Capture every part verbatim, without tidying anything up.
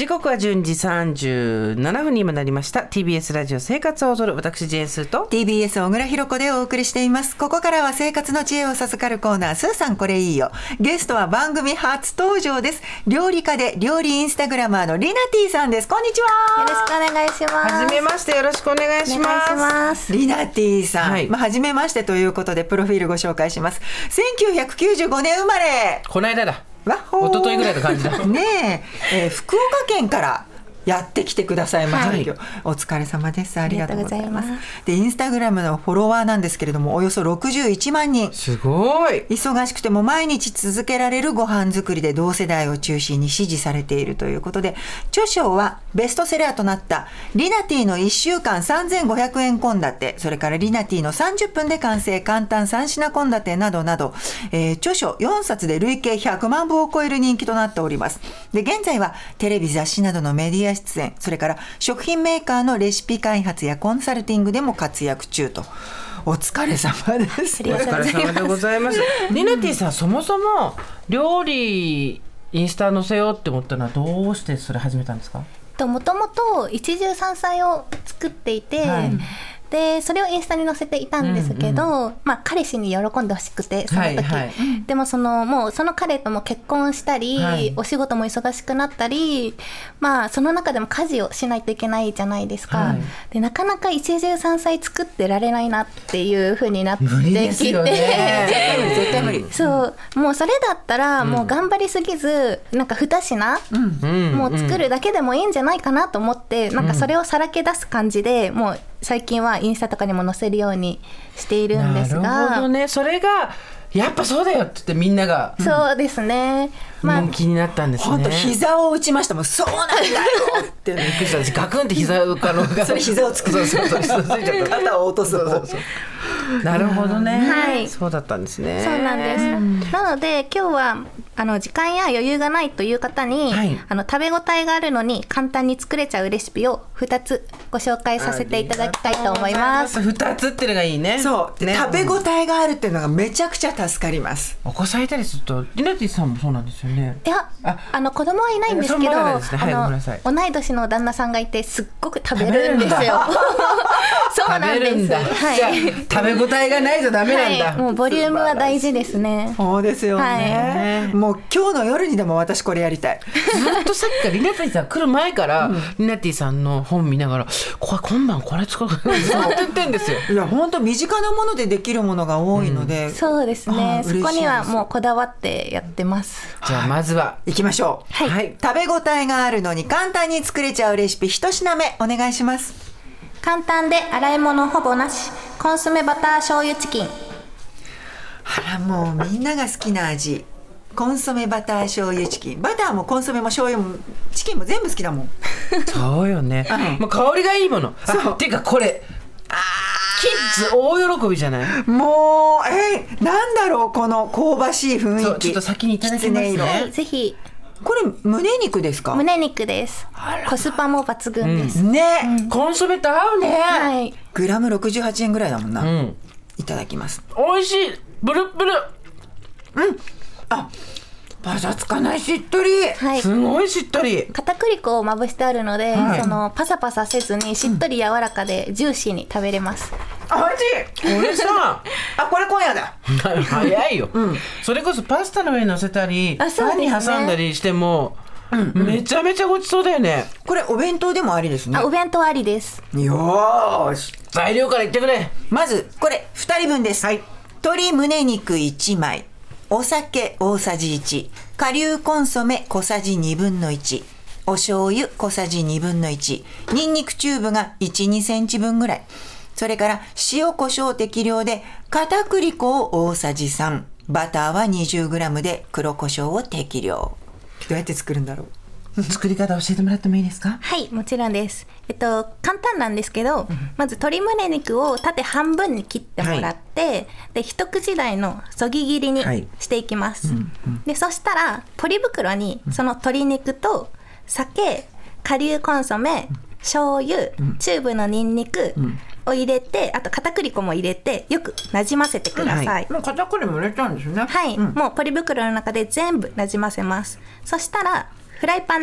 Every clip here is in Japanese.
時刻はじゅうじさんじゅうななふんに今なりました。 ティービーエス ラジオ生活を踊る、私ジェーンスーとティービーエス 小倉弘子でお送りしています。ここからは生活の知恵を授かるコーナー、スーさんこれいいよ。ゲストは番組初登場です。料理家で料理インスタグラマーのリナティさんです。こんにちは。 よろしくお願いします。 はじめまして、よろしくお願いします。 お願いします。 リナティさん、 はい、 まあ、はじめましてということでプロフィールご紹介します。せんきゅうひゃくきゅうじゅうごねん生まれ。 この間だ、 わっほー、 一昨日ぐらいの感じだねえ、えー、福岡県からやってきてくださいました、はい、今日お疲れ様です。ありがとうございます。でインスタグラムのフォロワーなんですけれども、およそろくじゅういちまんにん。 すごい。 忙しくても毎日続けられるご飯作りで同世代を中心に支持されているということで、著書はベストセラーとなったリナティのいっしゅうかんさんぜんごひゃくえん献立、それからリナティのさんじゅっぷんで完成簡単さん品献立などなど、えー、著書よんさつで累計ひゃくまんぶを超える人気となっております。で現在はテレビ雑誌などのメディア出演、それから食品メーカーのレシピ開発やコンサルティングでも活躍中と。お疲れ様です。 お疲れ様でございます。リナティさん、そもそも料理インスタ載せようって思ったのはどうしてそれ始めたんですか？ もともと一汁三菜を作っていて、はい、でそれをインスタに載せていたんですけど、うんうん、まあ、彼氏に喜んでほしくてその時、はいはい、でもそのもうその彼とも結婚したり、はい、お仕事も忙しくなったり、まあ、その中でも家事をしないといけないじゃないですか、はい、でなかなか一汁三菜作ってられないなっていう風になってきて、無理ですよね絶対無理。 そうもうそれだったらもう頑張りすぎず、うん、なんかに品、うん、もう作るだけでもいいんじゃないかなと思って、うん、なんかそれをさらけ出す感じでもう最近はインスタとかにも載せるようにしているんですが。 なるほどね。それがやっぱそうだよって言ってみんなが、 うん、そうですね、 まあ、人気になったんですね。 本当膝を打ちましたもん。そうなんだよってびっくりした。 ガクンって膝をかのそれ膝をつくそうそうそうそう肩を落とすそうそうそうなるほどね、 はい、 そうだったんですね。 そうなんです、うん、なので今日はあの時間や余裕がないという方に、はい、あの食べ応えがあるのに簡単に作れちゃうレシピをふたつご紹介させていただきたいと思います。 ふたつっていうのがいいね。 そうね、食べ応えがあるっていうのがめちゃくちゃ助かります。 お子さんいたりすると、リナティさんもそうなんですよね。 いや あ, あの子供はいないんですけど、 そうですね、はい、ごめんなさい。 同い年の旦那さんがいてすっごく食べるんですよそうなんです。食べるんだ、はい、 じゃあ食べ応えがないとダメなんだ、 はい、もうボリュームは大事ですね。 そうですよね、はい、もう今日の夜にでも私これやりたい。 ずっとさっきからリナティさん来る前から、うん、リナティさんの本見ながらこれ今晩これ作るずっと言ってんですよ。 いや本当身近なものでできるものが多いので、 うん、そうですね、そこにはもうこだわってやってます。 じゃあまずは行きましょう、はいはい、食べ応えがあるのに簡単に作れちゃうレシピ一品目お願いします。 簡単で洗い物ほぼなし、コンソメバター醤油チキン。 あらもうみんなが好きな味、コンソメバター醤油チキン。バターもコンソメも醤油もチキンも全部好きだもん。 そうよね、もう香りがいいもの。そうっていうかこれあキッズ大喜びじゃない。 もうえー、なんだろうこの香ばしい雰囲気。 ちょっと先にいただきますね、 はい、ぜひ。 これ胸肉ですか？ 胸肉です。コスパも抜群です、 うん、ね、 うん、コンソメと合うね、 はい、 グラムろくじゅうはちえんぐらいだもんな、うん、いただきます。 美味しい、ブルブル。 うんあパサつかない、しっとり、 はい、 すごいしっとり。 片栗粉をまぶしてあるので、はい、そのパサパサせずにしっとり柔らかでジューシーに食べれます、 うん、あ、美味しい。これさあこれ今夜だ早いよ、うん、それこそパスタの上に乗せたり、パンに挟んだりしても、うんうん、めちゃめちゃごちそうだよね。 これお弁当でもありですね。 あ、お弁当ありです。 よーし、 材料から言ってくれ。 まずこれふたりぶんです、はい、鶏胸肉いちまい、お酒大さじいち、顆粒コンソメ小さじにぶんのいち、お醤油小さじにぶんのいち、ニンニクチューブがいち、にセンチぶんぐらい、それから塩コショウ適量で片栗粉を大さじさん、バターは にじゅうグラム で黒コショウを適量。どうやって作るんだろう作り方教えてもらってもいいですか？ はい、もちろんです。えっと簡単なんですけど、うん、まず鶏胸肉を縦半分に切ってもらって、はい、で一口大のそぎ切りにしていきます、はい、うんうん、でそしたらポリ袋にその鶏肉と酒、顆粒コンソメ、醤油、うん、チューブのニンニクを入れて、あと片栗粉も入れてよくなじませてください、はい、 もう片栗も入れちゃうんですね。 はい、 うん、 もうポリ袋の中で全部なじませます。そしたらフライパンに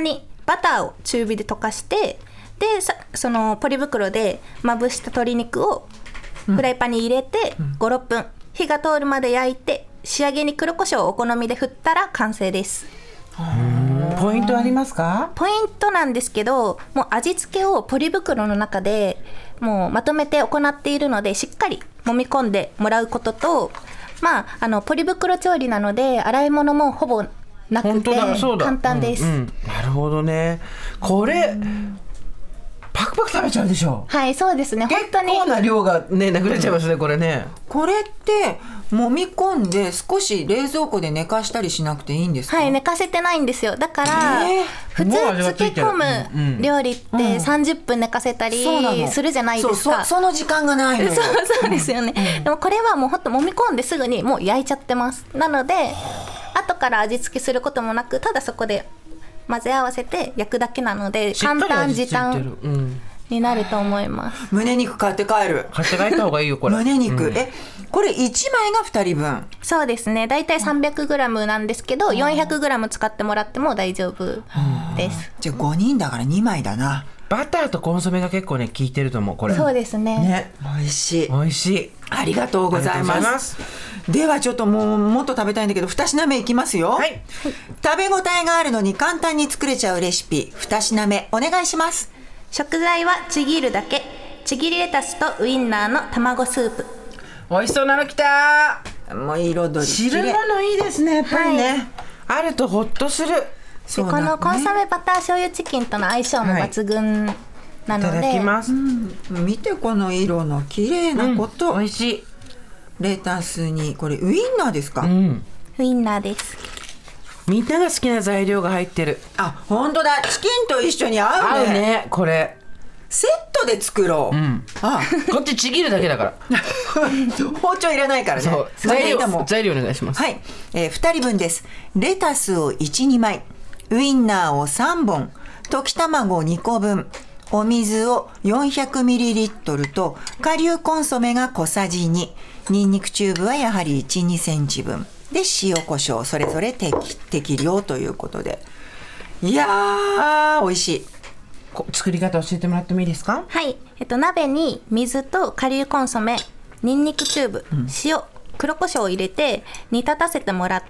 バターを中火で溶かして、でさそのポリ袋でまぶした鶏肉をフライパンに入れて、うん、ご、ろっぷん火が通るまで焼いて、仕上げに黒胡椒をお好みで振ったら完成です。 ポイントありますか？ ポイントなんですけど、もう味付けをポリ袋の中でもうまとめて行っているので、しっかり揉み込んでもらうことと、まあ、あのポリ袋調理なので洗い物もほぼなくて簡単です、うんうん、 なるほどね。これパクパク食べちゃうでしょ。 はいそうですね。 結構な量がねなくなっちゃいますね、うん、これね。 これって揉み込んで少し冷蔵庫で寝かしたりしなくていいんですか？ はい寝かせてないんですよ。だから、えー、普通漬け込む料理ってさんじゅっぷん寝かせたりするじゃないですか。 そう、その時間がないのよ。 そうそうですよね、うん、でもこれはもうほんと揉み込んですぐにもう焼いちゃってます。なので後から味付けすることもなく、ただそこで混ぜ合わせて焼くだけなので簡単時短になると思います。 胸肉買って帰る。 買って帰った方がいいよこれ。 胸肉、うん、えこれいちまいがふたりぶん。 そうですね。だいたい さんびゃくグラム なんですけど、よんひゃくグラム 使ってもらっても大丈夫です。 じゃあごにんだからにまいだな。 バターとコンソメが結構ね効いてると思うこれ。 そうですね。 ね、美味しい。 美味しい。 ありがとうございます。ではちょっともうもっと食べたいんだけどに品目いきますよ、はい、食べ応えがあるのに簡単に作れちゃうレシピに品目お願いします。 食材はちぎるだけ、ちぎりレタスとウインナーの卵スープ。 美味しそうなのきた。 もう彩り汁物いいですねやっぱりね、はい、あるとホッとする。 でこのコンソメバター醤油チキンとの相性も抜群なので、はい、いただきます、 うん、見てこの色の綺麗なこと、 うん、美味しい。 レタスにこれウインナーですか？うん、 ウインナーです。 みんなが好きな材料が入ってる。 あ、本当だ。チキンと一緒に合うね。 合うねこれ。 セットで作ろう、うん、あこっちちぎるだけだから包丁いらないからね。そう材料材料お願いします。 はい、えー、ふたりぶんです。レタスをいち、にまい、ウインナーをさんぼん、溶き卵にこぶん、お水を よんひゃくミリリットル と顆粒コンソメが小さじに、ニンニクチューブはやはりいち、にセンチぶんで、塩コショウそれぞれ 適, 適量ということで、いやー美味しい。 作り方教えてもらってもいいですか？ はい、えっと、鍋に水と顆粒コンソメ、ニンニクチューブ、うん、塩、黒胡椒を入れて煮立たせてもらって、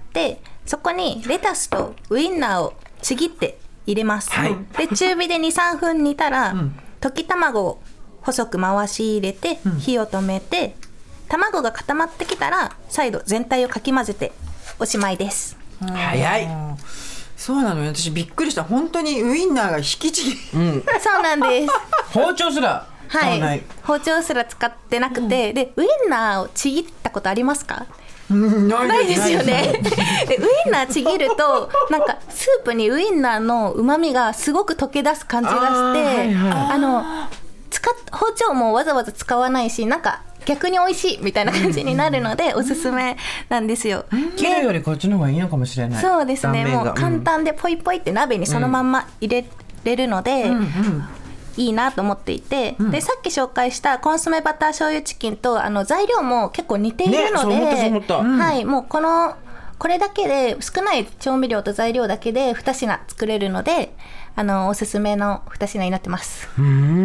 そこにレタスとウインナーをちぎって入れます、はい、で中火で にさんぷん煮たら、うん、溶き卵を細く回し入れて火を止めて、うん、卵が固まってきたら再度全体をかき混ぜておしまいです。 早い。 そうなのよ。私びっくりした。本当にウインナーが引きちぎ、 うん、そうなんです包丁すら使わない、 はい、包丁すら使ってなくて、うん、でウインナーをちぎったことありますか？ うん、ないないですよねでウインナーちぎるとなんかスープにウインナーのうまみがすごく溶け出す感じがして、あ、はいはい、あの使っ包丁もわざわざ使わないし、なんか逆に美味しいみたいな感じになるので、おすすめなんですよ。 切るよりこっちの方がいいのかもしれない。 そうですね。もう簡単でポイポイって鍋にそのまんま入れれるので、うんうんうん、いいなと思っていて、うん、でさっき紹介したコンソメバター醤油チキンとあの材料も結構似ているので、 ね、そう思ったそう思った、 はい、もうこのこれだけで少ない調味料と材料だけでに品作れるので、あのおすすめのに品になってます。 うん、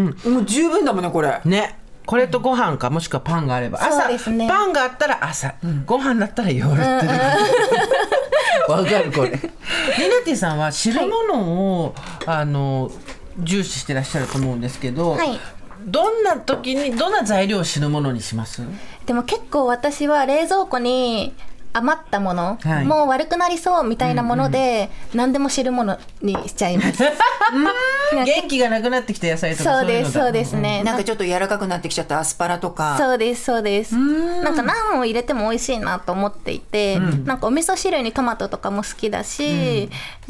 もう十分だもんねこれね。 これとご飯かもしくはパンがあれば、朝、そうですね、パンがあったら朝、うん、ご飯だったら夜ってわ、うんうん、かるこれ。リナティさんは汁物を、はい、あの重視してらっしゃると思うんですけど、はい、どんな時にどんな材料を汁物にします？ でも結構私は冷蔵庫に余ったもの、はい、もう悪くなりそうみたいなもので、うんうん、何でも汁物にしちゃいます元気がなくなってきた野菜とかそういうのだ。 そうですそうですね、 うん、なんかちょっと柔らかくなってきちゃったアスパラとか。 そうですそうです。んなんか何を入れても美味しいなと思っていて、うん、なんかお味噌汁にトマトとかも好きだし、うん、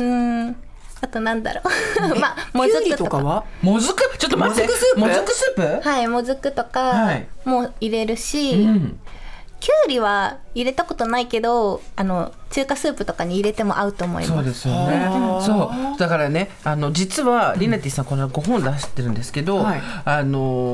うんあとなんだろうまあもずくとか。 とかはもずくちょっと待って、もずくスープ、 はいもずくとかも入れるし、はい、うんきゅうりは入れたことないけど、あの中華スープとかに入れても合うと思います。 そうですよね。そうだからね、あの実はリナティさんこのごほん出してるんですけど、はい、あの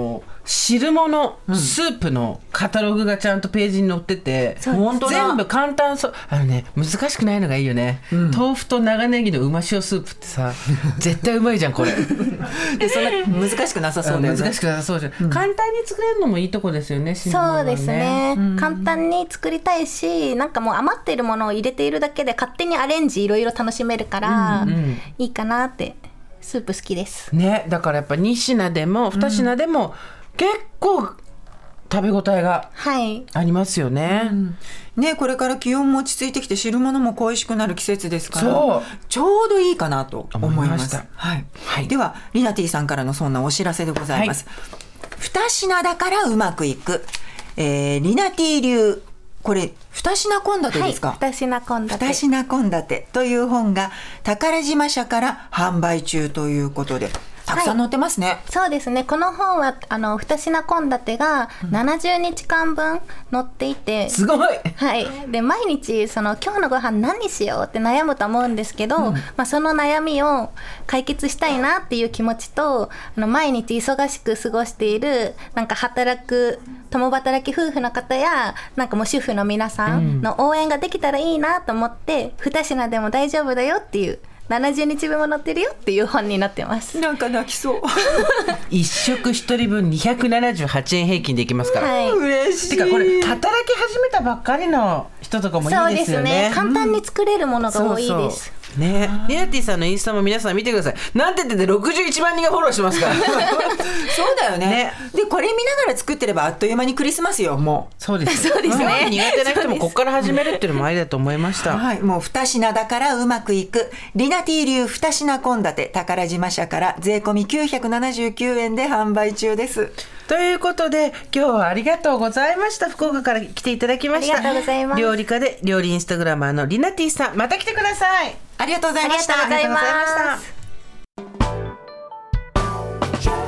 汁物、うん、スープのカタログがちゃんとページに載ってて、 本当全部簡単そう。あのね、難しくないのがいいよね、うん、豆腐と長ネギのうま塩スープってさ絶対うまいじゃんこれでそんな難しくなさそうだよね。 難しくなさそうじゃん、うん、簡単に作れるのもいいとこですよね。 そうですね、うん、簡単に作りたいし、なんかもう余っているものを入れているだけで勝手にアレンジいろいろ楽しめるから、うんうん、いいかなって。スープ好きですね。だからやっぱに品でもに品でも、うん、結構食べ応えがありますよね、はいうんね。これから気温も落ち着いてきて汁物も恋しくなる季節ですから、そうちょうどいいかなと思います。はいはい、ではリナティさんからのそんなお知らせでございます、はい、に品だからうまくいく、えー、リナティ流これ二品献立ですか？ はい、二品献立。 二品献立という本が宝島社から販売中ということで、たくさん載ってますね。はい、 そうですね。この本はあの二品献立がななじゅうにちかんぶん載っていて、 うん、すごい。 はい。で毎日その今日のご飯何にしようって悩むと思うんですけど、うん、まあその悩みを解決したいなっていう気持ちと、あの毎日忙しく過ごしているなんか働く共働き夫婦の方やなんかもう主婦の皆さんの応援ができたらいいなと思って、うん、に品でも大丈夫だよっていう。ななじゅうにちぶんも載ってるよっていう本になってます。 なんか泣きそう一食一人分にひゃくななじゅうはちえん平均でいきますから、 はい、 嬉しい。 てかこれ働き始めたばっかりの人とかもいいですよね。そうですね。 簡単に作れるものが多いです、うん、そうそうね、リナティさんのインスタも皆さん見てください。なんて言っててろくじゅういちまんにんがフォローしてますからそうだよ ね, ねでこれ見ながら作ってればあっという間にクリスマスよ。もうそうですそうですね、 うん、苦手な人もここから始めるっていうのもありだと思いました、 はい、もうに品だからうまくいくリナティ流に品献立宝島社から税込みきゅうひゃくななじゅうきゅうえんで販売中です。 ということで今日はありがとうございました。福岡から来ていただきました。 ありがとうございます。 料理家で料理インスタグラマーのリナティさん、また来てください。 ありがとうございました。 ありがとうございます。